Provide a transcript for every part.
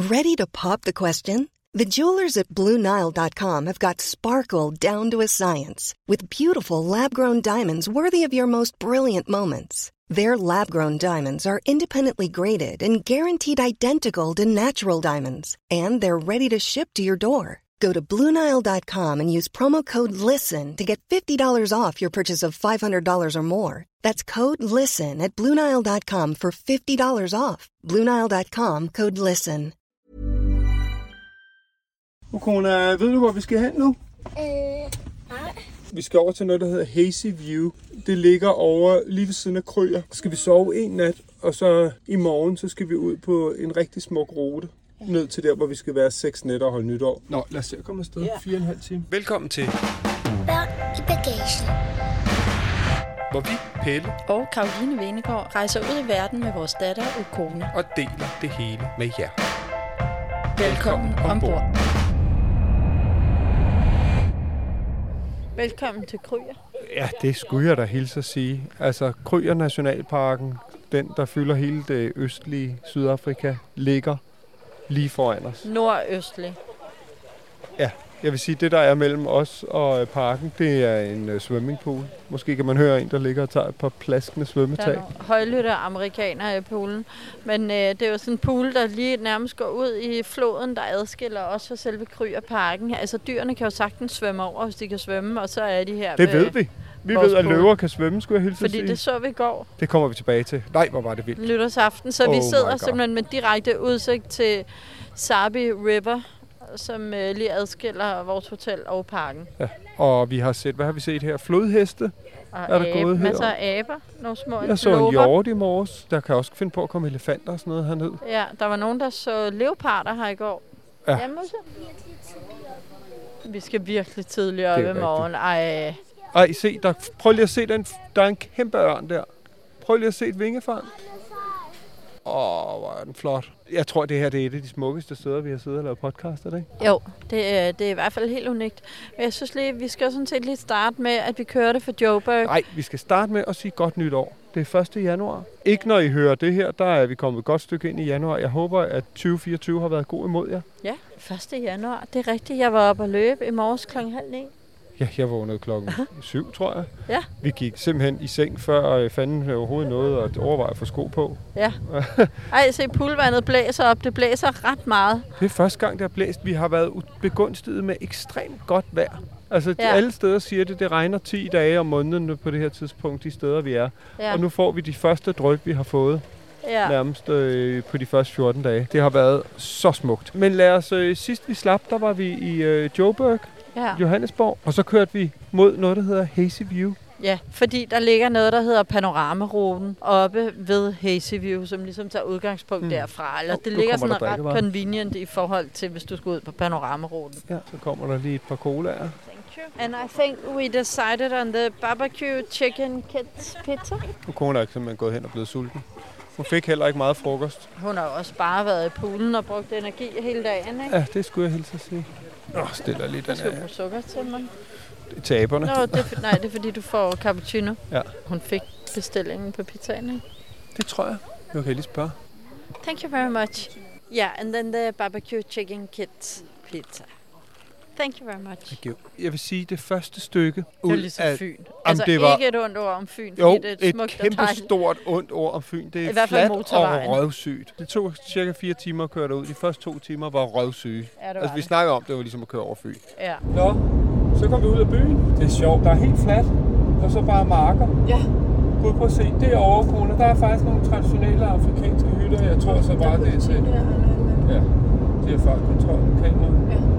Ready to pop the question? The jewelers at BlueNile.com have got sparkle down to a science with beautiful lab-grown diamonds worthy of your most brilliant moments. Their lab-grown diamonds are independently graded and guaranteed identical to natural diamonds, and they're ready to ship to your door. Go to BlueNile.com and use promo code LISTEN to get $50 off your purchase of $500 or more. That's code LISTEN at BlueNile.com for $50 off. BlueNile.com, code LISTEN. Kona, ved du, hvor vi skal hen nu? Nej. Vi skal over til noget, der hedder Hazy View. Det ligger over lige ved siden af Krøyer. Så skal vi sove en nat, og så i morgen, så skal vi ud på en rigtig smuk rute. Ned til der, hvor vi skal være 6 nætter og holde nytår. Nå, lad os se at komme afsted. 4,5 timer. Velkommen til Børn i bagagen. Hvor vi, Pelle og Caroline Venegård rejser ud i verden med vores datter og kone. og deler det hele med jer. Velkommen ombord. Velkommen til Krøyer. Ja, det skulle jeg da hilse at sige. Altså, Krøyer Nationalparken, den der fylder hele det østlige Sydafrika, ligger lige foran os. Nordøstlig. Ja, jeg vil sige, det der er mellem os og parken, det er en swimmingpool. Måske kan man høre en, der ligger og tager et par plaskende Der svømmetag. er nogle højlytte amerikanere i poolen. Men det er jo sådan en pool, der lige nærmest går ud i floden, der adskiller os fra selve Krøyerparken. Altså dyrene kan jo sagtens svømme over, hvis de kan svømme, og så er de her Det ved vi. Vi ved, at løver kan svømme, skulle jeg hilse at Fordi sige. det så vi i går. Det kommer vi tilbage til. Nej, hvor var det vildt. Nytårsaften. Så vi Oh sidder my God. simpelthen med direkte udsigt til Sabi River, som lige adskiller vores hotel og parken. Ja. Og vi har set, hvad har vi set her? Flodheste. Og Er der gået masser her? af aber, nogle små Jeg så en antiloper. hjort i morges. Der kan også finde på at komme elefanter og sådan noget herned. Ja, der var nogen, der så leoparder her i går. Ja. Ja, Musse? Vi skal virkelig tidligere op Det er i morgen. Ej, Ej, se, prøv lige at se den. Der er en kæmpe ørn der. Prøv lige at se et vingefang. Hvor er den flot. Jeg tror, det her det er et af de smukkeste steder, vi har siddet og lavet podcast, er det ikke? jo, det er i hvert fald helt unikt. Men jeg synes lige, vi skal sådan set lige starte med, at vi kørte for Joburg. Nej, vi skal starte med at sige godt nytår. Det er 1. januar. Ikke når I hører det her, der er vi kommet et godt stykke ind i januar. Jeg håber, at 2024 har været god imod jer. Ja, 1. januar. Det er rigtigt. Jeg var oppe og løbe i morges kl. 8:30. Ja, jeg vågnede klokken 7, tror jeg. Ja. Vi gik simpelthen i seng, før fanden overhovedet noget at overveje at få sko på. Ja. Ej, se, poolvandet blæser op. Det blæser ret meget. Det er første gang, det har blæst. Vi har været begunstiget med ekstremt godt vejr. Altså, Ja. alle steder siger det regner 10 dage om måneden på det her tidspunkt, de steder, vi er. Ja. Og nu får vi de første dryp, vi har fået Ja. nærmest på de første 14 dage. Det har været så smukt. Men lad os, sidst vi slap, der var vi i Joburg, Ja. Johannesborg. Og så kørte vi mod noget, der hedder Hazy View. Ja, fordi der ligger noget, der hedder Panoramaruten oppe ved Hazy View, som ligesom tager udgangspunkt derfra. Eller det nu ligger kommer sådan der ret drikkevarer. convenient i forhold til, hvis du skal ud på Panoramaruten. Ja, så kommer der lige et par colaer. Thank you. And I think we decided on the barbecue chicken kids pizza. Nu kone er ikke simpelthen gået hen og blevet sulten. Hun fik heller ikke meget frokost. Hun har jo også bare været i poolen og brugt energi hele dagen, ikke? Ja, det skulle jeg hilse at sige. Stiller lige Hvad den skal du her. bruge sukker til, mig? Taberne. Nå, det er fordi, du får cappuccino. Ja. Hun fik bestillingen på pizzaen, ikke? Det tror jeg. Jeg kan lige spørge. Thank you very much. Yeah, and then the barbecue chicken kids pizza. Thank you very much. Jeg vil sige, det første stykke Det er ud ligesom af... Fyn. Altså det var- ikke et ondt ord om Fyn, Jo, fordi det er et smukt og kæmpe dejligt. stort ondt ord om Fyn. Det I er hvert fald fladt og motorvejen. røvsygt. Det tog cirka 4 timer at køre derud. De første 2 timer var røvsyge. Ja, det var Altså, vi det. snakker om, det var ligesom at køre over Fyn. Ja. Nå, så kom vi ud af byen. Det er sjovt. Der er helt fladt. Og så bare marker. Ja. Gå på at se. Det er overkroner. Der er faktisk nogle traditionelle afrikanske hytter. Jeg tror så bare, det er til. Ja, det er fartkontrol. Kamera.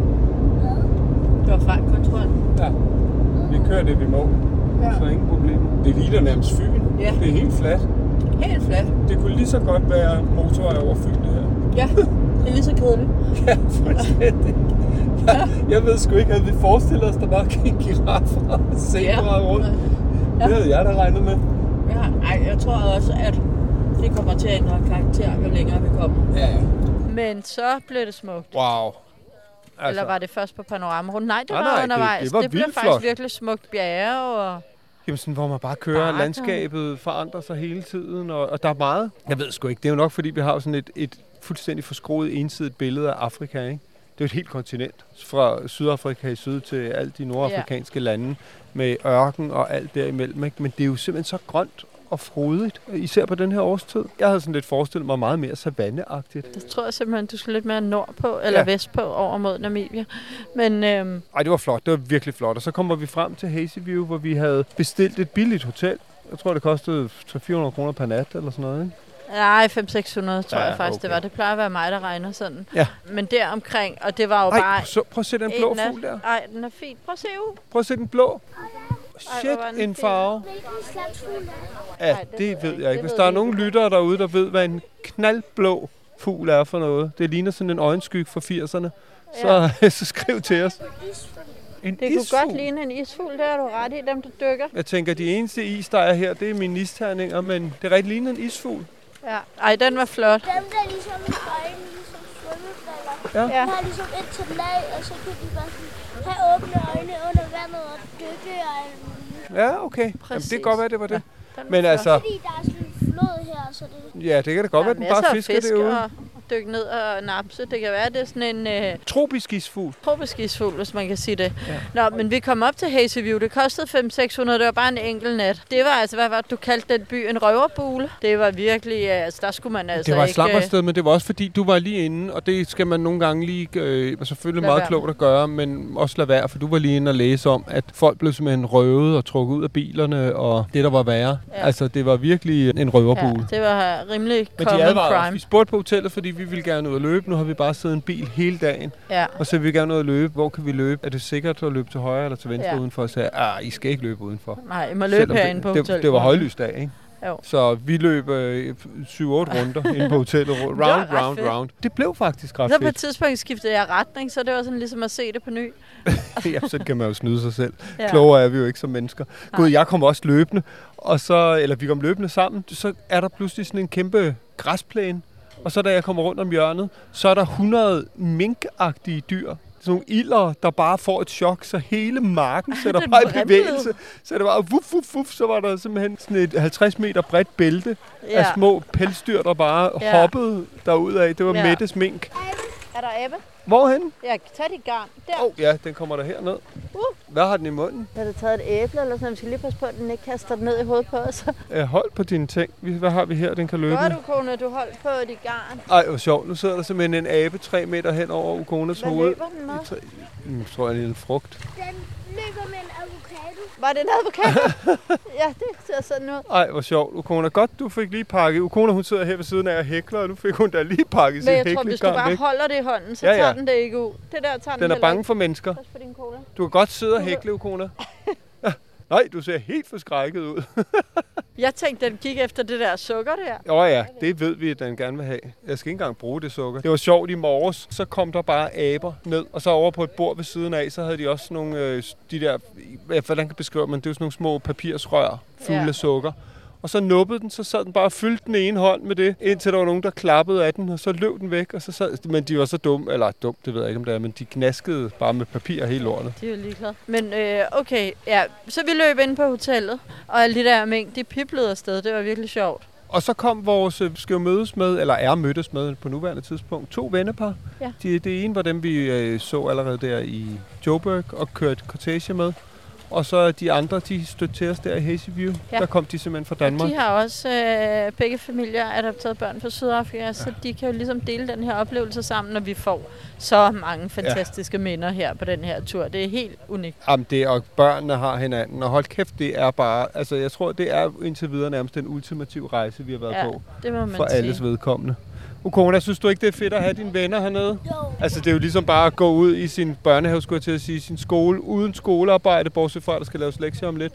Det var fartkontrol. Ja. Vi kører det, vi må. Ja. Så ingen problemer. Det ligner nærmest Fyn. Ja. Det er helt fladt. Helt fladt. Det kunne lige så godt være motorvej over Fyn, det her. Ja, det er lige så kedeligt. Ja, fuldstændig. Jeg ved sgu ikke, at vi forestiller os, der bare gik giraffer og zebraer rundt. Ja. Det havde jeg da regnet med. Ja, ej, jeg tror også, at det kommer til at ændre karakter, jo længere vi kommer. Ja. Men så blev det smukt. Wow. Altså. Eller var det først på Panoramaruten? Nej, det var nej, undervejs. det var blev vildt faktisk flot. virkelig smukt bjerge. Og... Jamen sådan, hvor man bare kører, Bakker. landskabet forandrer sig hele tiden, og der er meget. Jeg ved sgu ikke, det er jo nok, fordi vi har sådan et fuldstændig forskroet ensidigt billede af Afrika, ikke? Det er et helt kontinent, fra Sydafrika i syd til alt de nordafrikanske lande, med ørken og alt derimellem, ikke? Men det er jo simpelthen så grønt og frodigt, især på den her årstid. Jeg havde sådan lidt forestillet mig meget mere savanneagtigt. Det tror jeg simpelthen, du skulle lidt mere nordpå, eller vestpå, over mod Namibia. Men, Ej, det var flot. Det var virkelig flot. Og så kommer vi frem til Hazy View, hvor vi havde bestilt et billigt hotel. Jeg tror, det kostede 300-400 kroner per nat, eller sådan noget, ikke? Nej, 500-600 tror jeg faktisk, det var. Det plejer at være mig, der regner sådan. Ja. Men deromkring, og det var jo bare... Prøv at se den blå fugl der. Nej, den er fin. Prøv at se ud. Prøv at se den blå. Shit, en farve. Ja, det ved jeg ikke. Hvis der er nogen lyttere derude, der ved, hvad en knaldblå fugl er for noget. Det ligner sådan en øjenskygge fra 80'erne. Så skriv til os. Det kunne godt ligne en isfugl, det har du ret i, dem der dykker. Jeg tænker, de eneste is, der er her, det er mine isterninger, men det er rigtig ligner en isfugl. Ja, ej, den var flot. Dem der ligesom øjne, ligesom svømmebriller. Ja. De har ligesom et til lag, og så kan de bare have åbne øjne under vandet og dykke og alt muligt. Ja, okay. Jamen, det kan godt være, det var det. Ja, men altså... Fordi der er sådan en flod her, så det... Ja, det kan det godt være, den bare fisker derude. Dykke ned og napse. Det kan være, det er sådan en... tropisk isfugl. Tropisk isfugl, hvis man kan sige det. Ja. Nå, men vi kom op til Hazy View. Det kostede 500-600. Det var bare en enkelt nat. Det var altså, hvad var det, du kaldte den by? En røverbule. Det var virkelig... Altså, der skulle man altså det var et ikke... slammersted, men det var også fordi, du var lige inde, og det skal man nogle gange lige... selvfølgelig meget klogt at gøre, men også lade være, for du var lige inde og læse om, at folk blev simpelthen røvet og trukket ud af bilerne, og det, der var værre. Ja. Altså, det var virkelig en røverbule. Ja, det var rimelig men common crime. Vi spurgte på hotellet, fordi vi ville gerne ud at løbe. Nu har vi bare siddet i en bil hele dagen. Ja. Og så vil vi gerne ud at løbe. Hvor kan vi løbe? Er det sikkert at løbe til højre eller til venstre udenfor? Og så I skal ikke løbe udenfor. Nej, I må løbe herinde på hotellet. Det var højlysdag, ikke? Jo. Så vi løb 7-8 runder inde på hotellet. Round. Det blev faktisk ret fedt. Så på et tidspunkt skiftede jeg retning, så det var sådan ligesom at se det på ny. Ja, så kan man jo snyde sig selv. Ja. Klogere er vi jo ikke som mennesker. Gud, jeg kom også løbende, vi kom løbende sammen. Så er der pludselig sådan en kæmpe græsplæne. Og så da jeg kommer rundt om hjørnet, så er der 100 minkagtige dyr. Sådan nogle ilder, der bare får et chok, så hele marken sætter bare i bevægelse. Så det var vuff, så var der simpelthen sådan et 50 meter bredt bælte af små pelsdyr, der bare hoppede derudad. Det var Mettes mink. Er der abe? Hvorhen? Jeg kan tage dit garn. Der. Ja, den kommer der herned. Hvad har den i munden? Har du taget et æble eller sådan? Vi skal lige passe på, at den ikke kaster den ned i hovedet på os. Hold på dine ting. Hvad har vi her, den kan løbe? Hvor er du, kone? Du holdt på dit garn. Ej, hvor sjovt. Nu sidder der simpelthen en abe 3 meter hen over Ukonas hoved. Hvad løber den med? Jeg tror, det er en frugt. Den løber med en avocado. Var det en avocado? Ja, det ser sådan ud. Ej, hvor sjovt. Ukona, godt du fik lige pakket. Ukona, hun sidder her ved siden af og hækler, og nu fik hun da lige pakket sin hæklegarn væk. Men jeg tror, hvis du bare holder det i hånden, så tager den det ikke ud. Det der tager den er bange for mennesker. For din cola. Du kan godt sidde og hækle, Ukona. Nej, du ser helt forskrækket ud. Jeg tænkte, den gik efter det der sukker der. Ja, det ved vi, at den gerne vil have. Jeg skal ikke engang bruge det sukker. Det var sjovt i morges, så kom der bare aber ned. Og så over på et bord ved siden af, så havde de også nogle, de der, hvordan kan beskrive man, det er jo sådan nogle små papirsrør fulde af sukker. Og så nubbede den, så sad den bare og fyldte den ene hånd med det, indtil der var nogen, der klappede af den, og så løb den væk, og så sad, men de var så dumme, eller dumt, det ved jeg ikke om det er, men de knaskede bare med papir hele lortet. De var ligeglade. Men okay, ja, så vi løb ind på hotellet, og alle de der mængder, de piblede afsted, det var virkelig sjovt. Og så kom vores, skal jo mødes med, eller er mødtes med på nuværende tidspunkt, 2 vennepar. Ja. Det ene var dem, vi så allerede der i Joburg og kørte cortege med. Og så de andre, de stødte til os der i Hazy View. Ja. Der kom de simpelthen fra Danmark. Og de har også begge familier adopteret børn fra Sydafrika, så de kan jo ligesom dele den her oplevelse sammen, når vi får så mange fantastiske minder her på den her tur. Det er helt unikt. Jamen det, og børnene har hinanden, og hold kæft, det er bare, altså jeg tror, det er indtil videre nærmest den ultimative rejse, vi har været på. Det må man for sige. Alles vedkommende. Ukona, synes du ikke, det er fedt at have dine venner hernede? Jo. Altså, det er jo ligesom bare at gå ud i sin børnehave, skulle jeg til at sige, sin skole, uden skolearbejde, bortset fra, at der skal laves lektier om lidt.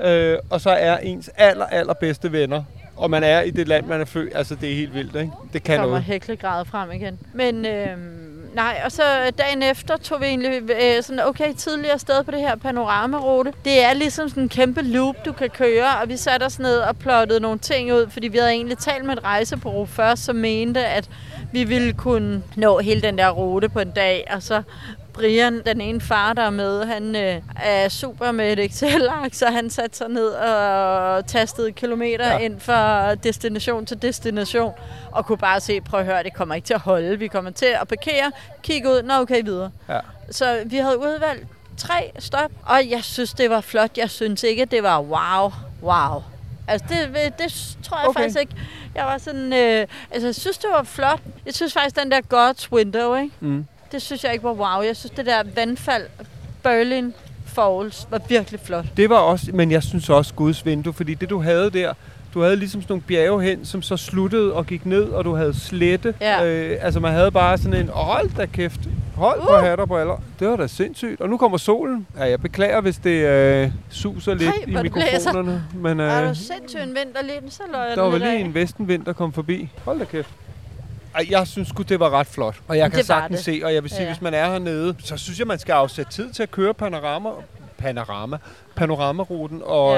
Og så er ens allerbedste venner, og man er i det land, man er født. Altså, det er helt vildt, ikke? Det kan kommer noget. hæklegradet frem igen. Men nej, og så dagen efter tog vi egentlig sådan tidligere sted på det her panoramarute. Det er ligesom sådan en kæmpe loop, du kan køre, og vi satte os ned og plottede nogle ting ud, fordi vi havde egentlig talt med et rejsebureau først, som mente, at vi ville kunne nå hele den der rute på en dag, og så Brian, den ene far, der er med, han er super med et Excel-ark, så han satte sig ned og tastede kilometer ind fra destination til destination, og kunne bare se, prøv at høre, det kommer ikke til at holde. Vi kommer til at parkere, kigge ud, okay, videre. Ja. Så vi havde udvalgt 3 stop, og jeg synes, det var flot. Jeg synes ikke, det var wow. Altså, det tror jeg faktisk ikke. Jeg var sådan, jeg synes, det var flot. Jeg synes faktisk, den der God's Window, ikke? Mm. Det synes jeg ikke var wow. Jeg synes, det der vandfald, Berlin Falls, var virkelig flot. Det var også, men jeg synes også Guds vindue, fordi det du havde der, du havde ligesom sådan nogle bjerge hen, som så sluttede og gik ned, og du havde slette. Ja. Altså man havde bare sådan en, hold da kæft, hold på hat og briller. Det var da sindssygt. Og nu kommer solen. Ja, jeg beklager, hvis det suser lidt i mikrofonerne. Men, er du sindssygt en vinter lidt, så løjer der var lige en vestenvind, der kom forbi. Hold da kæft. Ej, jeg synes sgu, det var ret flot. Og jeg kan sagtens se, og jeg vil sige, hvis man er hernede, så synes jeg, man skal afsætte tid til at køre panoramaruten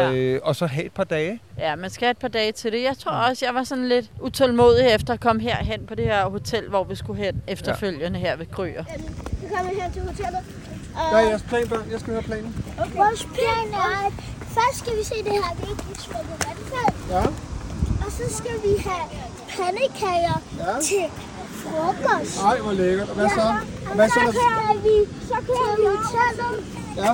og så have et par dage. Ja, man skal have et par dage til det. Jeg tror også, jeg var sådan lidt utålmodig efter at komme herhen på det her hotel, hvor vi skulle hen efterfølgende her ved Krøyer. Vi kommer her til hotellet. Hvad er jeres plan, børn? Jeg skal høre planen. Okay. Vores plan er, at først skal vi se det her virkelig smukke vandfald. Ja. Og så skal vi have pandekager til frokost. Ej, hvor lækkert. Og hvad så? Så kører vi til hotellet. Ja.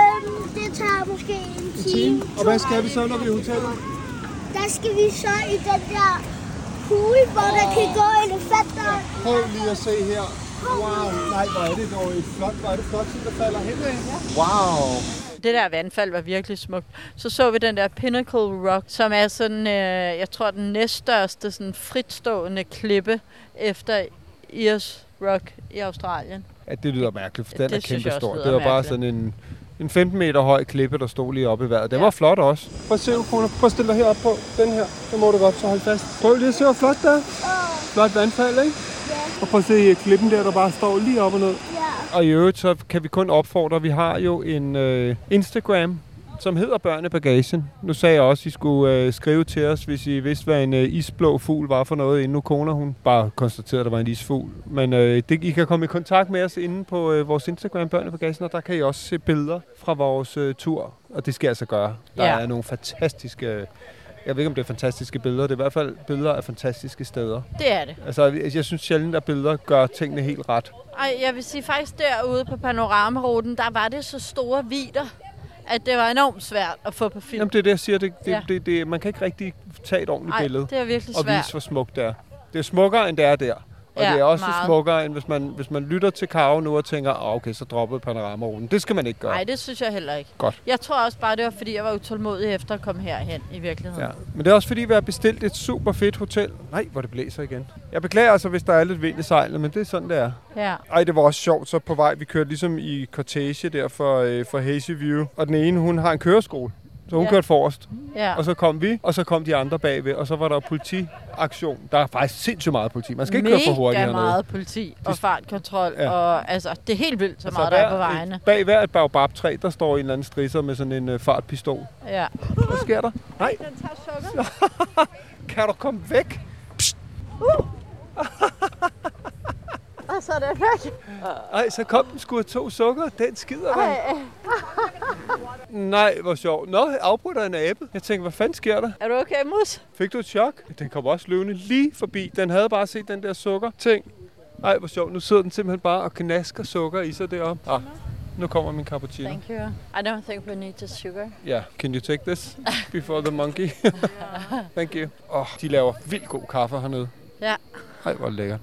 Det tager måske en time. Og hvad skal vi så, når vi er i hotellet? Der skal vi så i den der pool, hvor der kan gå elefanter. Prøv lige at se her. Wow, nej, hvor er det dog et flot, hvor er det flot, der falder henad. Wow. Det der vandfald var virkelig smukt. Så vi den der Pinnacle Rock, som er sådan, jeg tror, den næststørste sådan fritstående klippe efter Ayers Rock i Australien. Ja, det lyder mærkeligt, for den er kæmpe stor. Det var bare sådan en 15 meter høj klippe, der stod lige oppe i vejret. Den var flot også. Prøv at se, Ukona. Prøv at stille dig herop på den her. Så må du godt så holde fast. Prøv lige at se, hvor flot der er. Flot vandfald, ikke? Ja. Og prøv at se klippen der bare står lige op og ned. Ja. Og i øvrigt, så kan vi kun opfordre. Vi har jo en Instagram, som hedder Børnebagagen. Nu sagde jeg også, at I skulle skrive til os, hvis I vidste, hvad en isblå fugl var for noget, inden Ukona hun bare konstaterede, at der var en isfugl. Men I kan komme i kontakt med os inde på vores Instagram, Børnebagagen, og der kan I også se billeder fra vores tur. Og det skal jeg altså gøre. Der er nogle fantastiske... Jeg ved ikke, om det er fantastiske billeder. Det er i hvert fald billeder af fantastiske steder. Det er det. Altså, jeg synes sjældent, at billeder gør tingene helt ret. Ej, jeg vil sige faktisk derude på panoramaruten, der var det så store vidder, at det var enormt svært at få på film. Jamen, det er det, jeg siger. Det, man kan ikke rigtig tage et ordentligt billede. Det er virkelig svært. Og vise, hvor smukt det er. Det er smukkere, end det er der. Og det er også smukkere, end hvis man lytter til Karo nu og tænker, okay, så droppede panoramaruten. Det skal man ikke gøre. Nej, det synes jeg heller ikke. Godt. Jeg tror også bare, det var, fordi jeg var utålmodig efter at komme herhen i virkeligheden. Ja. Men det er også, fordi vi har bestilt et super fedt hotel. Nej, hvor det blæser igen. Jeg beklager altså, hvis der er lidt vind i sejlene, men det er sådan, det er. Ja. Ej, det var også sjovt. Så på vej, vi kørte ligesom i cortege der for Hazy View. Og den ene, hun har en køreskole. Så hun kørte forrest, og så kom vi, og så kom de andre bagved, og så var der politiaktion. Der er faktisk sindssygt meget politi. Man skal ikke køre for hurtigt hernede. Mega meget politi og fartkontrol, og altså, det er helt vildt, så altså, meget der er på vejene. Bag hver et baobab-træ, der står en eller anden strisser med sådan en fartpistol. Ja. Hvad sker der? Nej. Den tager sukker. Kan du komme væk? Psst. Og så er det væk. Ej, så kom den sgu 2 sukker. Den skider man. Nej, hvor sjovt. Nå, afbryder en abe. Jeg tænkte, hvad fanden sker der? Er du okay, mus? Fik du et chok? Den kom også løvende lige forbi. Den havde bare set den der sukker-ting. Ej, hvor sjovt. Nu sidder den simpelthen bare og knasker sukker i sig deroppe. Nu kommer min cappuccino. Thank you. I don't think we need just sugar. Yeah, can you take this before the monkey? Thank you. De laver vildt god kaffe hernede. Ja. Ej, hvor lækkert.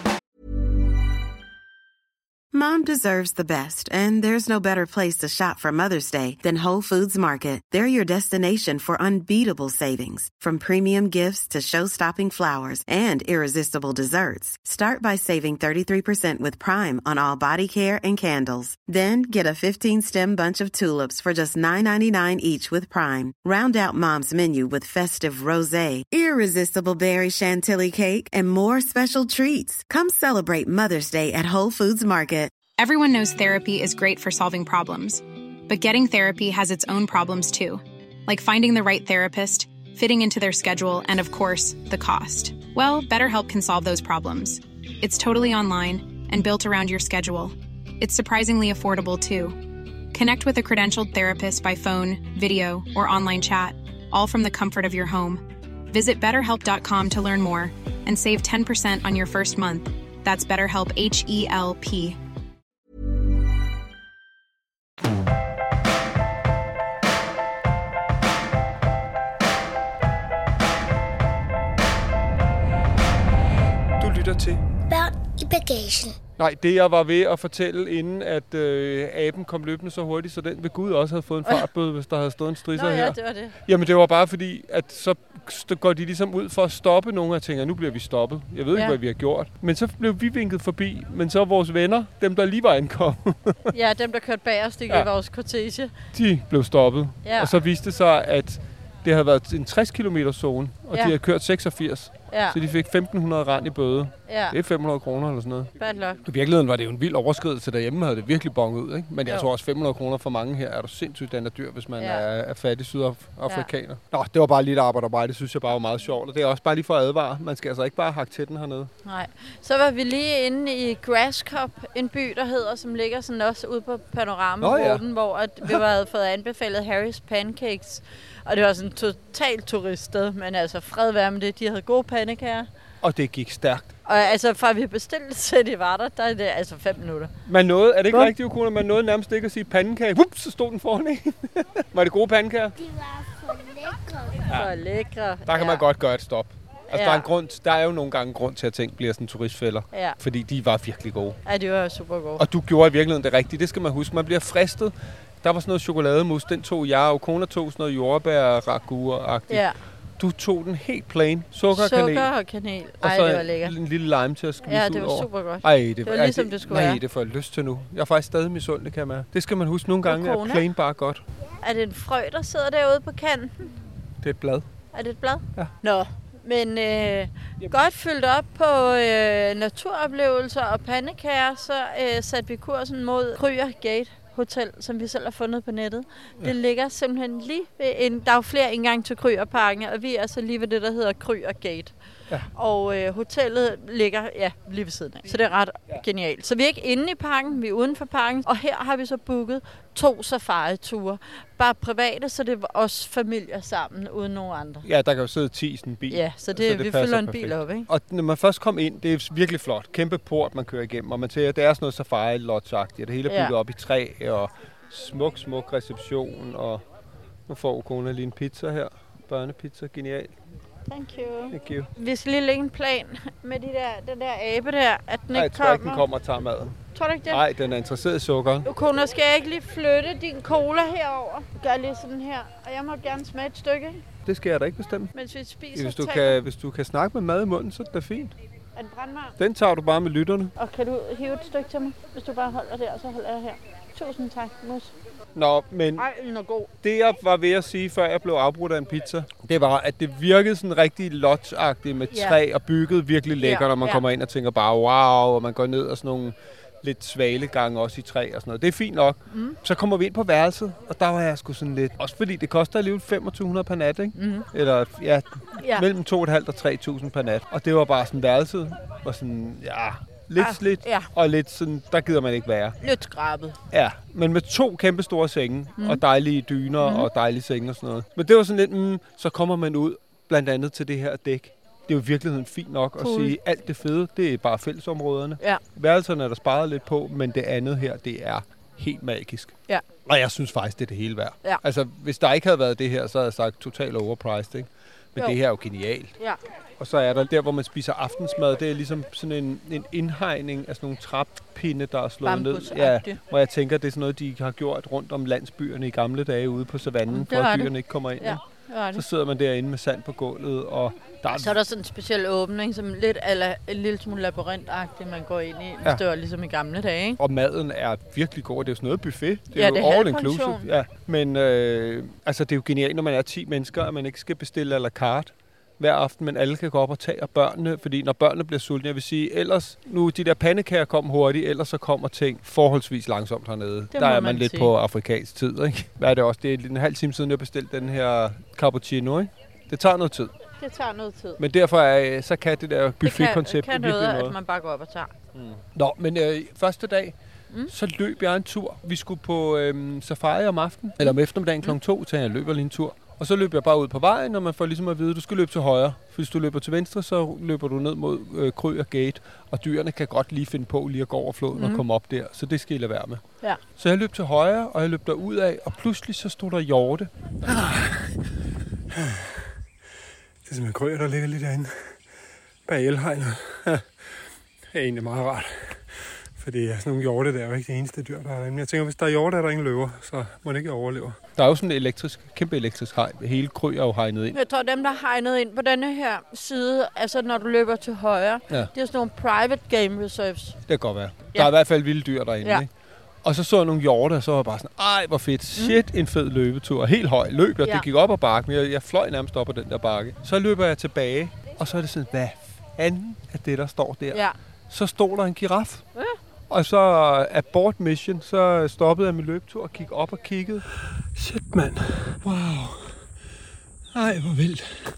Mom deserves the best, and there's no better place to shop for Mother's Day than Whole Foods Market. They're your destination for unbeatable savings, from premium gifts to show-stopping flowers and irresistible desserts. Start by saving 33% with Prime on all body care and candles. Then get a 15-stem bunch of tulips for just $9.99 each with Prime. Round out Mom's menu with festive rosé, irresistible berry chantilly cake, and more special treats. Come celebrate Mother's Day at Whole Foods Market. Everyone knows therapy is great for solving problems, but getting therapy has its own problems too, like finding the right therapist, fitting into their schedule, and of course, the cost. Well, BetterHelp can solve those problems. It's totally online and built around your schedule. It's surprisingly affordable too. Connect with a credentialed therapist by phone, video, or online chat, all from the comfort of your home. Visit BetterHelp.com to learn more and save 10% on your first month. That's BetterHelp, H-E-L-P. Du lytter til Børn i bagagen. Nej, det jeg var ved at fortælle, inden at aben kom løbende så hurtigt, så den ved Gud også havde fået en fartbøde, hvis der havde stået en strisser her. Ja, det var det. Jamen, det var bare fordi, at så går de ligesom ud for at stoppe nogle af tingene. Nu bliver vi stoppet. Jeg ved ikke, hvad vi har gjort. Men så blev vi vinket forbi. Men så vores venner, dem der lige var ankommet. Ja, dem der kørte bagerst i vores kortege. De blev stoppet. Ja. Og så viste det sig, at det havde været en 60 km zone, og de havde kørt 86. Ja. Så de fik 1.500 rand i bøde. Ja. Det er 500 kroner eller sådan noget. Bad luck. I virkeligheden var det jo en vild overskridelse derhjemme, havde det virkelig bonget ud, ikke? Men jeg tror også 500 kroner for mange her er du sindssygt, den er dyr, hvis man er fattig sydafrikaner. Nå, det var bare lidt arbejde, det synes jeg bare var meget sjovt. Og det er også bare lige for at advare. Man skal altså ikke bare hakke til den hernede. Nej. Så var vi lige inde i Graskop, en by, der hedder, som ligger sådan også ude på Panoramaruten, hvor at vi havde fået anbefalet Harry's Pancakes. Og det var sådan et totalt turiststed, men altså fred være med det. De havde gode pandekager. Og det gik stærkt. Og altså fra vi bestilte til de var der er det altså 5 minutter. Man nåede, er det ikke rigtigt, Ukona? Man nåede nærmest ikke at sige pandekage. Whoops, så stod den foran en. Var det gode pandekager? De var for lækre. For lækre. Der kan man godt gøre et stop. Altså, der er jo nogle gange grund til, at ting bliver sådan turistfælder. Ja. Fordi de var virkelig gode. Ja, de var super gode. Og du gjorde i virkeligheden det rigtige. Det skal man huske. Man bliver fristet. Der var sådan noget chokolademus. Den tog jeg. Ukona tog sådan noget jordbær-ragu-agtigt. Ja. Du tog den helt plain. Sukker og kanel. Og Ej, så det var lækkert. en lille lime til at skvise ud over. Ja, det var super godt. Ej, det var ligesom det skulle være. Nej, det får jeg lyst til nu. Jeg er faktisk stadig misundelig, kan jeg mærke. Det skal man huske nogle gange, at plain bare godt. Er det en frø, der sidder derude på kanten? Det er et blad. Er det et blad? Ja. Nå, men godt fyldt op på naturoplevelser og pandekager, så satte vi kursen mod Kryer Gate Hotel, som vi selv har fundet på nettet. Ja. Det ligger simpelthen lige ved der er jo flere indgang til Kryer-parken, og vi er så lige ved det, der hedder Kryer Gate. Ja. Og hotellet ligger lige ved siden af. Så det er ret genialt. Så vi er ikke inde i parken, vi er uden for parken. Og her har vi så booket 2 safari-ture. Bare private, så det er også familier sammen, uden nogen andre. Ja, der kan jo sidde 10 i sådan en bil. Ja, så vi fylder en bil op, ikke? Og når man først kom ind, det er virkelig flot. Kæmpe port, man kører igennem. Og man ser, det er sådan noget safari-lodge-agtigt. Det hele er bygget op i træ, og smuk reception. Og nu får Ukona lige en pizza her. Børnepizza, genial. Thank you. Thank you. Vi skal lige lægge en plan med den der abe der, at den ikke kommer. Jeg tror ikke, den kommer og tager maden. Tror du ikke det? Nej, den er interesseret i sukkeren. Ukona, skal jeg ikke lige flytte din cola herover? Gør lige sådan her. Og jeg må gerne smage et stykke. Det skal jeg da ikke bestemme. Mens vi spiser. Hvis du kan snakke med mad i munden, så er det da fint. Er den brandvarm? Den tager du bare med lytterne. Og kan du hive et stykke til mig? Hvis du bare holder der, så holder jeg her. Tusind tak, mus. Nå, men det jeg var ved at sige, før jeg blev afbrudt af en pizza, det var, at det virkede sådan rigtig lodge-agtigt med træ og bygget virkelig lækkert, når man kommer ind og tænker bare, wow, og man går ned og sådan nogle lidt svalegange også i træ og sådan noget. Det er fint nok. Mm. Så kommer vi ind på værelset, og der var jeg sgu sådan lidt, også fordi det koster alligevel 2.500 per nat, ikke? Mm. Eller mellem 2.500 og 3.000 per nat. Og det var bare sådan værelset, og sådan, lidt slidt, og lidt sådan, der gider man ikke være. Lidt skrabet. Ja, men med 2 kæmpe store senge, og dejlige dyner, og dejlige senge og sådan noget. Men det var sådan lidt, så kommer man ud, blandt andet til det her dæk. Det er jo i virkeligheden fint nok at sige, alt det fede, det er bare fællesområderne. Ja. Værelserne er der sparet lidt på, men det andet her, det er helt magisk. Ja. Og jeg synes faktisk, det er det hele værd. Ja. Altså, hvis der ikke havde været det her, så havde jeg sagt totalt overpriced, ikke? Men det her er jo genialt. Ja. Og så er der hvor man spiser aftensmad, det er ligesom sådan en indhegning af sådan nogle trappinde, der er slået ned. Ja, hvor jeg tænker, det er sådan noget, de har gjort rundt om landsbyerne i gamle dage ude på savannen, for at dyrene ikke kommer ind. Ja. Så sidder man derinde med sand på gulvet, og så er der sådan en speciel åbning, som lidt en lille smule labyrintagtigt, man går ind i, hvis det var ligesom i gamle dage, ikke? Og maden er virkelig god. Det er jo sådan noget buffet. Det er jo all inclusive. Ja. Men altså, det er jo genialt, når man er 10 mennesker, at man ikke skal bestille à la carte hver aften, men alle kan gå op og tage af børnene, fordi når børnene bliver sultne, jeg vil sige, ellers, nu de der pandekager kom hurtigt, ellers så kommer ting forholdsvis langsomt hernede. Der er man lidt på afrikansk tid, ikke? Hvad er det også? Det er en halv time siden, jeg bestilte den her cappuccino, ikke? Det tager noget tid. Det tager noget tid. Men derfor så kan det der buffet-koncept det kan noget, at man bare går op og tager. Nå, men første dag, så løb jeg en tur. Vi skulle på safari om aftenen, eller om eftermiddagen kl. 2, så jeg løber lige en tur. Og så løb jeg bare ud på vejen, og man får ligesom at vide, at du skal løbe til højre. For hvis du løber til venstre, så løber du ned mod Krø og Gate, og dyrene kan godt lige finde på lige at gå over floden og komme op der. Så det skal I lade være med. Ja. Så jeg løb til højre, og jeg løb derud af, og pludselig så stod der hjorte. Det er simpelthen Krø, der ligger lidt derinde bag elhegnet. Det er egentlig meget rart. Fordi sådan nogle hjorte, der er jo ikke det eneste dyr, der er derinde. Men jeg tænker, hvis der er hjorte, er der ingen løver, så må det ikke overleve. Der er jo sådan en kæmpe elektrisk hegn. Hele Krø er jo hegnet ind. Jeg tror, dem, der er hegnet ind på denne her side, altså når du løber til højre, det er sådan nogle private game reserves. Det kan godt være. Der er i hvert fald vilde dyr derinde, ikke? Og så jeg nogle hjorte, og så var jeg bare sådan, ej, hvor fedt. Shit, en fed løbetur. Helt høj løb jeg. Det gik op ad bakken. Jeg fløj nærmest op ad den der bakke. Så løber jeg tilbage, og så er det sådan, hvad fanden er det, der står der? Ja. Så stod der en giraf. Ja. Og så abort mission, så stoppede jeg min løbetur og gik op og kiggede. Shit, mand. Wow. Ej, hvor vildt.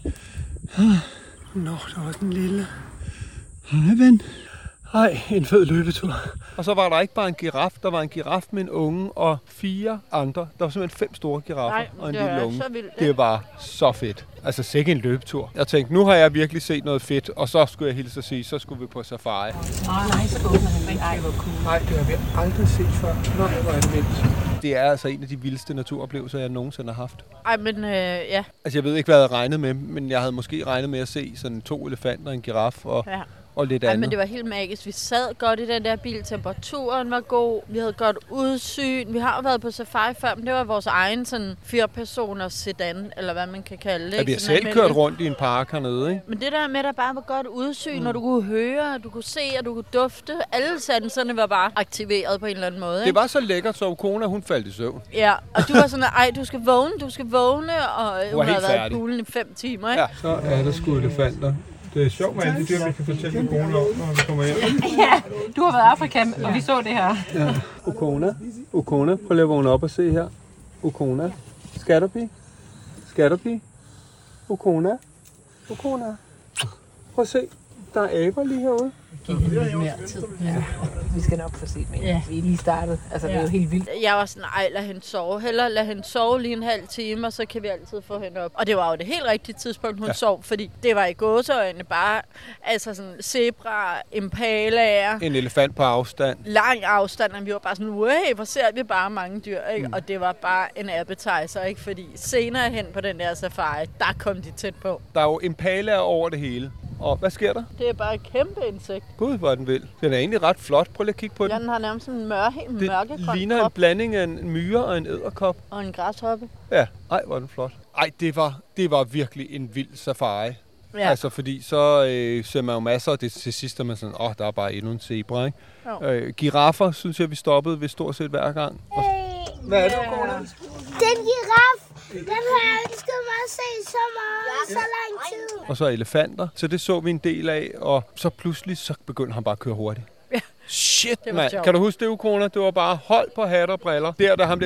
Nå, der var sådan en lille... Hej, ven. Ej, en fed løbetur. Og så var der ikke bare en giraf, der var en giraf med en unge og 4 andre. Der var simpelthen 5 store giraffer og en lille unge. Det var så fedt. Altså sikke en løbetur. Jeg tænkte, nu har jeg virkelig set noget fedt, og så skulle jeg hilse at sige, så skulle vi på safari. Nej, så åbner han rigtig. Ej, hvor cool. Nej, det har vi aldrig set før. Nej, hvor er det vildt. Det er altså en af de vildeste naturoplevelser, jeg nogensinde har haft. Ej, men ja. Altså jeg ved ikke, hvad jeg havde regnet med, men jeg havde måske regnet med at se sådan 2 elefanter, en giraf og lidt andet. Men det var helt magisk. Vi sad godt i den der bil. Temperaturen var god. Vi havde godt udsyn. Vi har jo været på safari før, men det var vores egen sådan 4-personers sedan, eller hvad man kan kalde det. Ja, vi har selv kørt rundt i en park hernede, ikke? Men det der med, der bare var godt udsyn, og du kunne høre, du kunne se, og du kunne dufte. Alle sanserne var bare aktiveret på en eller anden måde, ikke? Det var så lækkert, så Kona, hun faldt i søvn. Ja, og du var sådan, ej, du skal vågne, og hun havde været i poolen i 5 timer, ikke? Ja, så er der sgu elefanter. Det er sjovt med alle de dyr, vi kan fortælle om Kona om, når vi kommer hjem. Ja, du har været i Afrika, og vi så det her. Ja. Ukona, prøv lige at vågne op og se her. Ukona. Scatterpie. Ukona. Prøv at se, der er aber lige herude. Mere tid. Ja. Vi skal nok få set mere. Ja. Vi er lige startet. Altså, det er jo helt vildt. Jeg var sådan, ej, lad hende sove. Hellere lad hende sove lige en halv time, og så kan vi altid få hende op. Og det var jo det helt rigtige tidspunkt, hun sov, fordi det var i gåseøjne bare, altså sådan zebra, impalaer. En elefant på afstand. Lang afstand, og vi var bare sådan, hvor ser vi bare mange dyr, ikke? Og det var bare en appetizer, ikke? Fordi senere hen på den der safari, der kom de tæt på. Der er jo impalaer over det hele. Og hvad sker der? Det er bare et kæmpe insekt. Gud, hvor er den vild. Den er egentlig ret flot. Prøv lige at kigge på den. Ja, den har nærmest en mørkegrøn krop. Det ligner en blanding af en myre og en edderkop. Og en græshoppe. Ja, ej, hvor er den flot. Ej, det var virkelig en vild safari. Ja. Altså, fordi så ser man jo masser, og det til sidst er man sådan, der er bare endnu en zebra, ikke? Giraffer, synes jeg, vi stoppede ved stort set hver gang. Hvad er det, Kona? Den giraf, den har jeg ønsket mig at se så meget, så lang tid. Og så elefanter, så det så vi en del af, og så pludselig, så begyndte han bare at køre hurtigt. Ja. Shit, mand. Kan du huske det, Ukona? Det var bare hold på hat og briller. Der ham der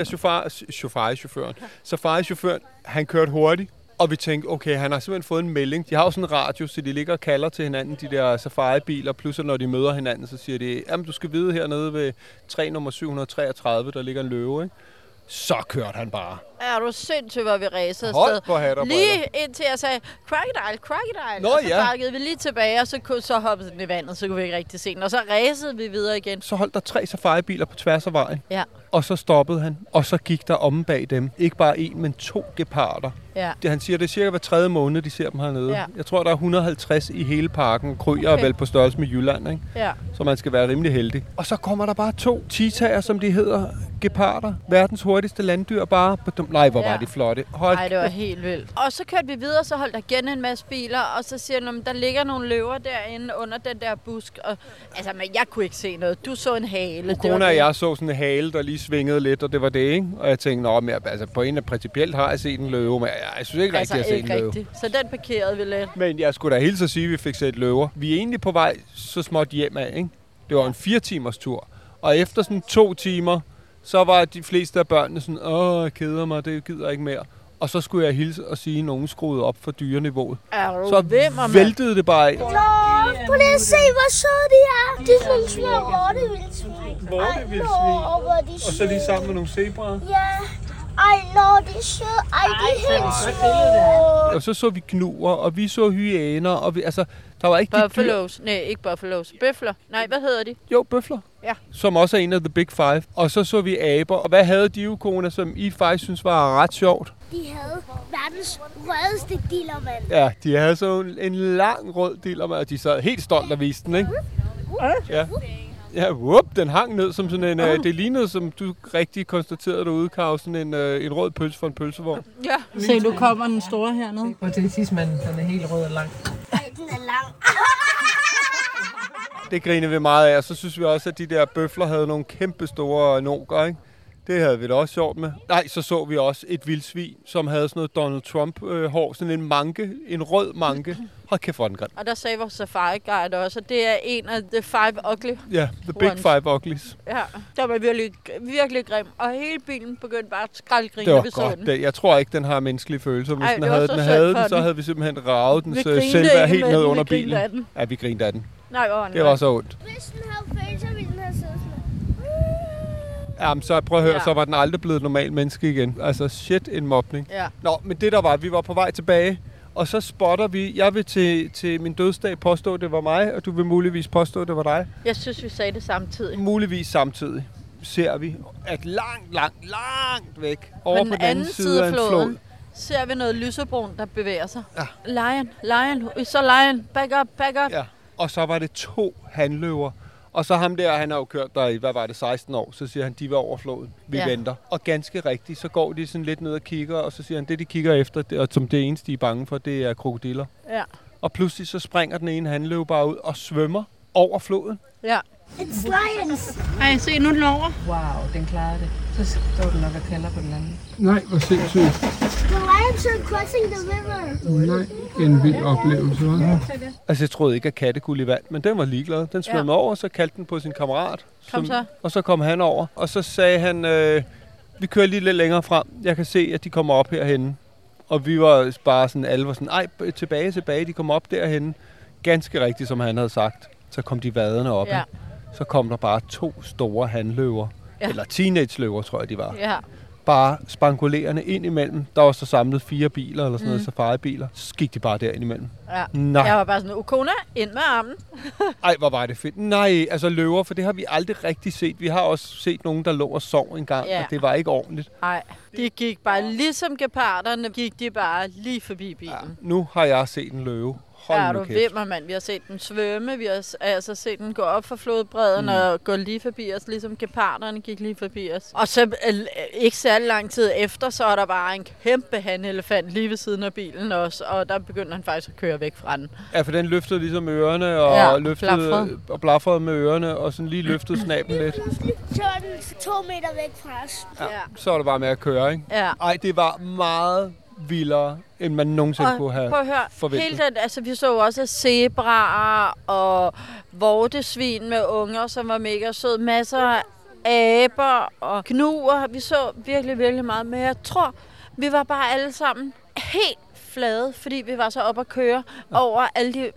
safari-chaufføren, han kørte hurtigt. Og vi tænkte, okay, han har simpelthen fået en melding. De har jo sådan en radio, så de ligger og kalder til hinanden, de der safari-biler. Plus, når de møder hinanden, så siger de, jamen du skal vide hernede ved træ nummer 733, der ligger en løve, ikke? Så kørte han bare. Ja, du er sindssygt, hvor vi ræsede afsted. På hat og lige indtil jeg sagde, crocodile. Nå, og så bakkede vi lige tilbage, og så hoppede den i vandet, så kunne vi ikke rigtig se den. Og så ræsede vi videre igen. Så holdt der 3 safari-biler på tværs af vejen. Ja. Og så stoppede han, og så gik der om bag dem. Ikke bare 1, men 2 geparder. Ja. Han siger, det er cirka hver 3. måned, de ser dem hernede. Ja. Jeg tror, der er 150 i hele parken. Krøer er vel på størrelse med Jylland, ikke? Ja. Så man skal være rimelig heldig. Og så kommer der bare 2 cheetaer, som de hedder, geparder. Verdens hurtigste landdyr bare. Nej, hvor var de flotte. Nej, det var helt vildt. Og så kørte vi videre, så holdt der igen en masse biler, og så siger de, der ligger nogle løver derinde under den der busk. Og, altså, men jeg kunne ikke se noget. Du så en hale. Kona og jeg så sådan en hale, der lige svingede lidt, og det var det, ikke? Og jeg tænkte, altså på en af principielt har jeg set en løve, men jeg synes ikke rigtig, at jeg har set en løve. Så den parkerede vi lidt. Men jeg skulle da hilse at sige, at vi fik set løver. Vi er egentlig på vej så småt hjem af, ikke? Det var en 4 timers tur. Og efter sådan 2 timer, så var de fleste af børnene sådan, jeg keder mig, det gider ikke mere. Og så skulle jeg hilse og sige, at nogen skruede op for dyreniveauet. Så væltede det bare af. Prøv lige at se, hvor søde de er. Det er sådan nogle små vortevildsvin. Vortevildsvin. Og så lige sammen med nogle zebraer. Ja. Ej, de er søde. Ej, de er helt små. Og så vi gnuer, og vi så hyæner, og der var ikke Buffalos. Nej, ikke buffalos. Bøfler. Nej, hvad hedder de? Jo, bøfler. Ja. Som også er en af The Big Five. Og så vi aber. Og hvad havde de jo, Kona, som I faktisk synes var ret sjovt? De havde verdens rødeste dillermand. Ja, de havde så en lang rød dillermand, og de sad helt stolt og viste den, ikke? Ja. Ja, den hang ned som sådan en... Det lignede, som du rigtig konstaterede derude, Karo, sådan en rød pølse fra en pølsevogn. Ja. Se, nu kommer den store hernede. Og det er tidsmanden, den er helt rød og lang. Ej, den er lang. Det griner vi meget af, og så synes vi også, at de der bøfler havde nogle kæmpe store noger, ikke? Det havde vi da også sjovt med. Nej, så vi også et vildsvin, som havde sådan noget Donald Trump-hår, sådan en manke, en rød manke. Hold kæft for den grim. Og der sagde vores safari guide også, at det er en af the five ugly. Ja, the big five uglies. Ja, der var virkelig, virkelig grim. Og hele bilen begyndte bare at skraldgrine, det var vi så godt. den. Jeg tror ikke, den har menneskelige følelser. Hvis Ej, den havde den, så havde vi simpelthen ravet den selvværd helt ned under bilen. Ja, vi grinede af den. Nej, hvor var den. Det var så ondt. Hvis den havde følelser, ville den have siddet sådan. Jamen, så prøv at høre, så var den aldrig blevet et normalt menneske igen. Altså, shit, en mobning. Ja. Nå, men det der var, vi var på vej tilbage, og så spotter vi, jeg vil til min dødsdag påstå, at det var mig, og du vil muligvis påstå, at det var dig. Jeg synes, vi sagde det samtidig. Muligvis samtidig ser vi, at langt væk, over på den anden side af en flod, ser vi noget lysebrun, der bevæger sig. Ja. Lion, vi så lion, back up. Ja, og så var det 2 hanløver. Og så ham der, han har jo kørt der i, 16 år, så siger han, de var over floden. Vi venter. Og ganske rigtigt, så går de sådan lidt ned og kigger, og så siger han, det de kigger efter, og som det eneste, de er bange for, det er krokodiller. Ja. Og pludselig så springer den ene hanløve bare ud og svømmer over floden. Ja. It's lions. Ej, se, nu er den over. Wow, den klarer det. Så står den nok og kalder på den anden. Nej, hvor sindssygt. The lions are crossing the river. Nej, en vild oplevelse, hva'? Altså, jeg troede ikke, at katte kunne lide vand, men den var ligeglad. Den svømmede over, så kaldte den på sin kammerat. Og så kom han over, og så sagde han, vi kører lige lidt længere frem. Jeg kan se, at de kommer op herhenne. Og vi var bare sådan, alle var sådan, ej, tilbage, de kommer op derhenne. Ganske rigtigt, som han havde sagt. Så kom de vaderne op. Ja. Så kom der bare 2 store hanløver. Ja. Eller teenage-løver, tror jeg, de var. Ja. Bare spankulerende ind imellem. Der var så samlet 4 biler, eller sådan noget, safari-biler. Så gik de bare derind imellem. Ja. Nej. Jeg var bare sådan, Ukona, ind med armen. Ej, hvor var det fedt. Nej, altså løver, for det har vi aldrig rigtig set. Vi har også set nogen, der lå og sov en gang, og det var ikke ordentligt. Nej, de gik bare ligesom geparderne, gik de bare lige forbi bilen. Ja. Nu har jeg set en løve. Ja, du vimmer, mand. Vi har set den svømme, vi har altså set den gå op for flodbredden og gå lige forbi os, ligesom geparderne gik lige forbi os. Og så ikke særlig lang tid efter, så er der bare en kæmpe hanelefant lige ved siden af bilen også, og der begyndte han faktisk at køre væk fra den. Ja, for den løftede ligesom ørerne og blafrede med ørerne og sådan lige løftede snablen lidt. Så var den 2 meter væk fra os. Ja. Så var det bare med at køre, ikke? Ja. Ej, det var meget vildere, end man nogensinde kunne have forventet. Hele den, altså vi så også zebraer og vortesvin med unger, som var mega søde. Masser af aber og gnuer. Vi så virkelig, virkelig meget. Men jeg tror, vi var bare alle sammen helt flade, fordi vi var så oppe at køre over alle de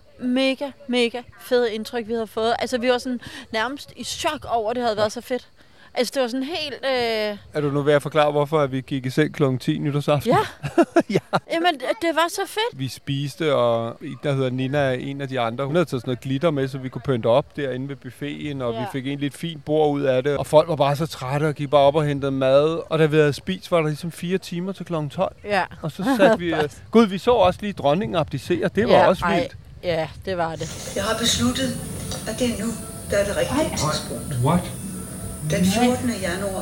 mega fede indtryk, vi havde fået. Altså vi var sådan nærmest i chok over, det havde været så fedt. Altså, det var sådan helt... Er du nu ved at forklare, hvorfor vi gik i seng kl. 10 nytårsaften? Ja. Jamen, det var så fedt. Vi spiste, og der hedder Nina, en af de andre. Hun havde taget sådan noget glitter med, så vi kunne pynte op derinde ved buffeten, og vi fik egentlig et fint bord ud af det. Og folk var bare så trætte og gik bare op og hentede mad. Og da vi havde spist, var der ligesom 4 timer til kl. 12. Ja. Og så satte vi... Gud, vi så også lige dronningen abdicere. Det var også vildt. Ja, det var det. Jeg har besluttet, at det er nu, der er det rigtige tidspunkt. What? Den 14. januar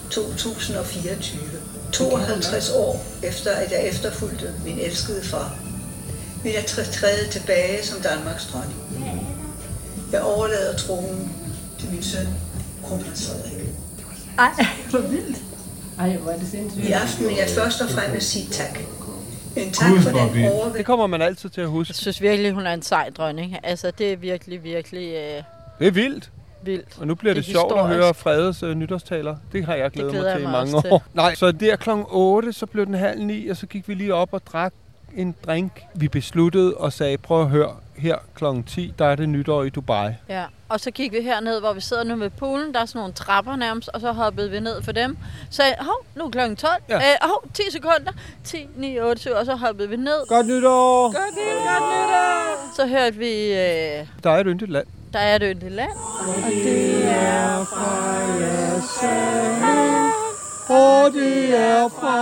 2024, 52 år efter, at jeg efterfulgte min elskede far, vil jeg træde tilbage som Danmarks dronning. Jeg overlader tronen til min søn, kronprins Frederik. Ej, hvor vildt. Ej, hvor er det sindssygt. I aften vil jeg først og fremmest sige tak. En tak for den overvægt. Det kommer man altid til at huske. Jeg synes virkelig, hun er en sej dronning. Altså, det er virkelig... Det er vildt. Og nu bliver det sjovt at høre Fredes nytårstaler. Det har jeg glædet mig til i mange år. Nej, så der kl. 8, så blev den 8:30, og så gik vi lige op og drak en drink. Vi besluttede og sagde, prøv at høre, her klokken 10, der er det nytår i Dubai. Ja, og så gik vi herned, hvor vi sidder nu ved poolen. Der er sådan nogle trapper nærmest, og så hoppede vi ned for dem. Så nu er klokken 12. Ja. 10 sekunder. 10, 9, 8, 7, og så hoppede vi ned. Godt nytår! Godt nytår! Så hørte vi... Der er et yndigt land. Der er et yndigt land. Og det er fra jeres sag, og det er fra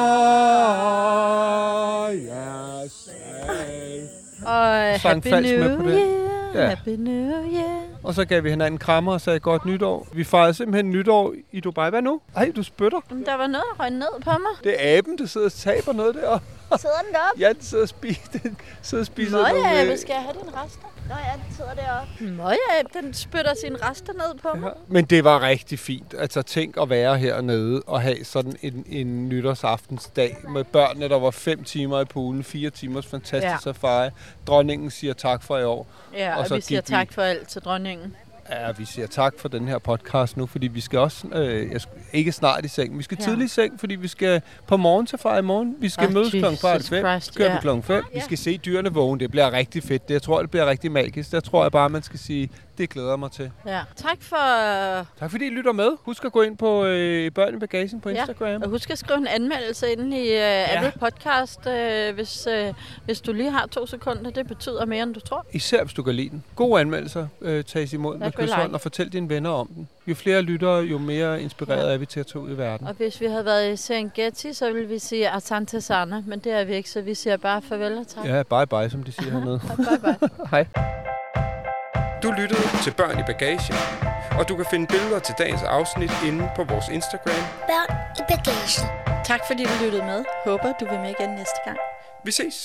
jeres sag. Og Happy New Year, ja. Happy New Year. Og så gav vi hinanden krammer og sagde godt nytår. Vi fejrede simpelthen nytår i Dubai. Hvad nu? Ej, du spytter. Der var noget, der røg ned på mig. Det er aben, der sidder og taber noget der. Sidder den deroppe? Ja, den sidder og spiser noget. Møgeabe, skal jeg have dine rester? Nå ja, den sidder deroppe. Møgeabe, den spytter sine rester ned på mig. Men det var rigtig fint. Altså tænk at være hernede og have sådan en nytårsaftensdag med børnene, der var 5 timer i poolen, 4 timers fantastisk safari. Dronningen siger tak for i år. Ja, og vi siger tak for alt til dronningen. Ja, vi siger tak for den her podcast nu, fordi vi skal også ikke snart i seng. Vi skal tidligt i seng, fordi vi skal på morgensafari i morgen. Vi skal mødes klokken 4:30. Så kører vi klokken 5. Vi skal se dyrene vågne. Det bliver rigtig fedt. Jeg tror, det bliver rigtig magisk. Der tror jeg bare, man skal sige, det glæder jeg mig til. Ja. Tak fordi I lytter med. Husk at gå ind på Børn i Bagagen på Instagram. Og husk at skrive en anmeldelse ind i Apple Podcast, hvis du lige har 2 sekunder. Det betyder mere, end du tror. Især hvis du kan lide den. Gode anmeldelser tages imod med kysshånd og fortæl dine venner om den. Jo flere lyttere, jo mere inspireret er vi til at tage ud i verden. Og hvis vi havde været i Serengeti, så ville vi sige Asante Sana, men det er vi ikke, så vi siger bare farvel og tak. Ja, bye bye, som de siger hernede. Bye. Hej. Du lyttede til Børn i Bagagen, og du kan finde billeder til dagens afsnit inde på vores Instagram. Børn i Bagagen. Tak fordi du lyttede med. Håber du vil med igen næste gang. Vi ses.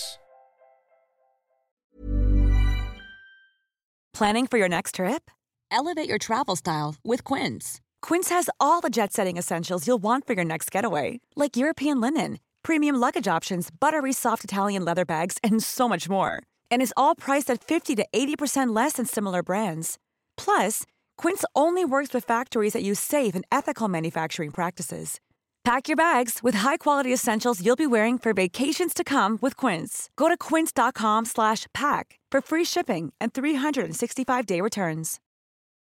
Planning for your next trip? Elevate your travel style with Quince. Quince has all the jet-setting essentials you'll want for your next getaway, like European linen, premium luggage options, buttery soft Italian leather bags, and so much more. And is all priced at 50 to 80% less than similar brands. Plus, Quince only works with factories that use safe and ethical manufacturing practices. Pack your bags with high-quality essentials you'll be wearing for vacations to come with Quince. Go to quince.com/pack for free shipping and 365-day returns.